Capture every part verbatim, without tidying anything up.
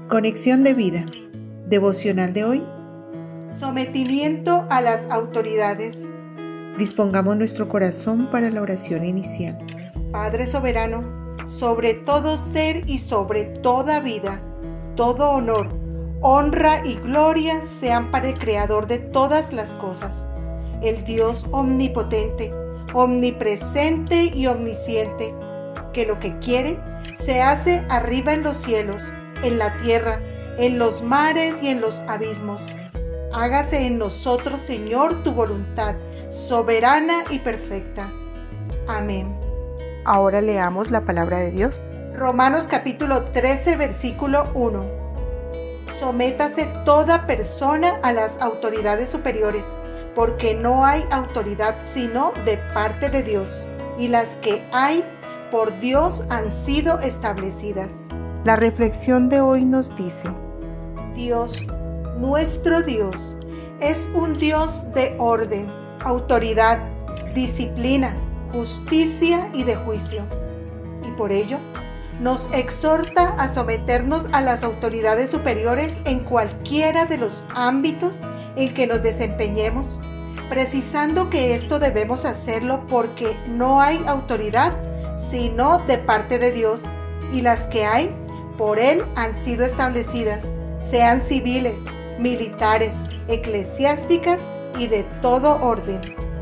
Conexión de vida. Devocional de hoy. Sometimiento a las autoridades. Dispongamos nuestro corazón para la oración inicial. Padre soberano, sobre todo ser y sobre toda vida, todo honor, honra y gloria sean para el Creador de todas las cosas, el Dios omnipotente, omnipresente y omnisciente, que lo que quiere se hace arriba en los cielos, en la tierra, en los mares y en los abismos. Hágase en nosotros, Señor, tu voluntad, soberana y perfecta. Amén. Ahora leamos la palabra de Dios. Romanos capítulo trece, versículo uno. Sométase toda persona a las autoridades superiores, porque no hay autoridad sino de parte de Dios, y las que hay por Dios han sido establecidas. La reflexión de hoy nos dice: Dios, nuestro Dios, es un Dios de orden, autoridad, disciplina, justicia y de juicio. Y por ello, nos exhorta a someternos a las autoridades superiores en cualquiera de los ámbitos en que nos desempeñemos, precisando que esto debemos hacerlo porque no hay autoridad sino de parte de Dios, y las que hay por Él han sido establecidas, sean civiles, militares, eclesiásticas y de todo orden.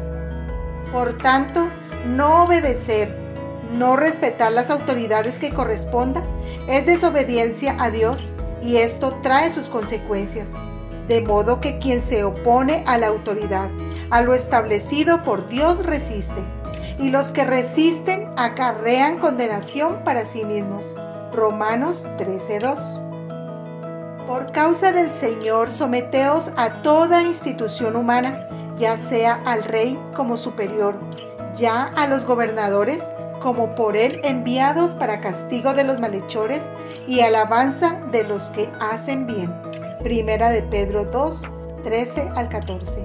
Por tanto, no obedecer, no respetar las autoridades que corresponda es desobediencia a Dios, y esto trae sus consecuencias. De modo que quien se opone a la autoridad, a lo establecido por Dios, resiste, y los que resisten acarrean condenación para sí mismos. Romanos trece, dos. Por causa del Señor, someteos a toda institución humana, ya sea al rey como superior, ya a los gobernadores como por él enviados para castigo de los malhechores y alabanza de los que hacen bien. Primera de Pedro dos, trece al catorce.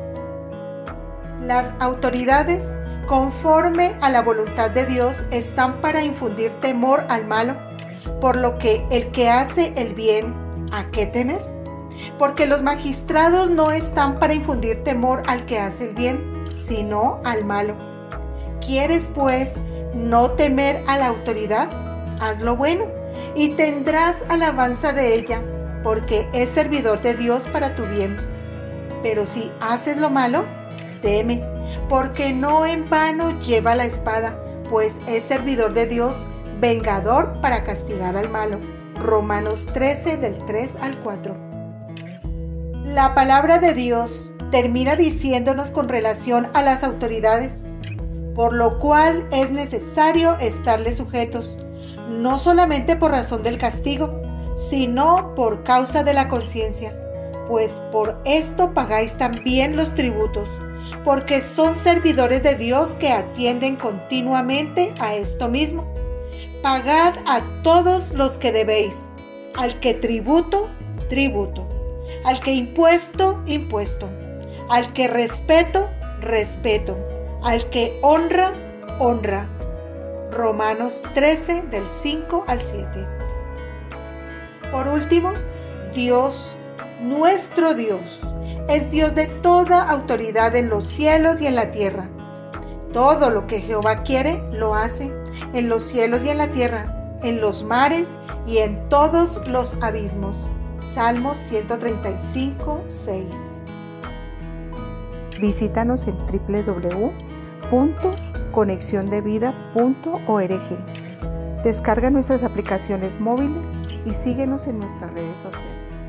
Las autoridades, conforme a la voluntad de Dios, están para infundir temor al malo, por lo que el que hace el bien, ¿a qué temer? Porque los magistrados no están para infundir temor al que hace el bien, sino al malo. ¿Quieres, pues, no temer a la autoridad? Haz lo bueno, y tendrás alabanza de ella, porque es servidor de Dios para tu bien. Pero si haces lo malo, teme, porque no en vano lleva la espada, pues es servidor de Dios, vengador para castigar al malo. Romanos trece, del tres al cuatro. La palabra de Dios termina diciéndonos con relación a las autoridades, por lo cual es necesario estarles sujetos, no solamente por razón del castigo, sino por causa de la conciencia, pues por esto pagáis también los tributos, porque son servidores de Dios que atienden continuamente a esto mismo. Pagad a todos los que debéis, al que tributo, tributo, al que impuesto, impuesto, al que respeto, respeto, al que honra, honra. Romanos trece, del cinco al siete. Por último, Dios, nuestro Dios, es Dios de toda autoridad en los cielos y en la tierra. Todo lo que Jehová quiere, lo hace, en los cielos y en la tierra, en los mares y en todos los abismos. Salmos ciento treinta y cinco, seis. Visítanos en doble u doble u doble u punto conexión de vida punto org. Descarga nuestras aplicaciones móviles y síguenos en nuestras redes sociales.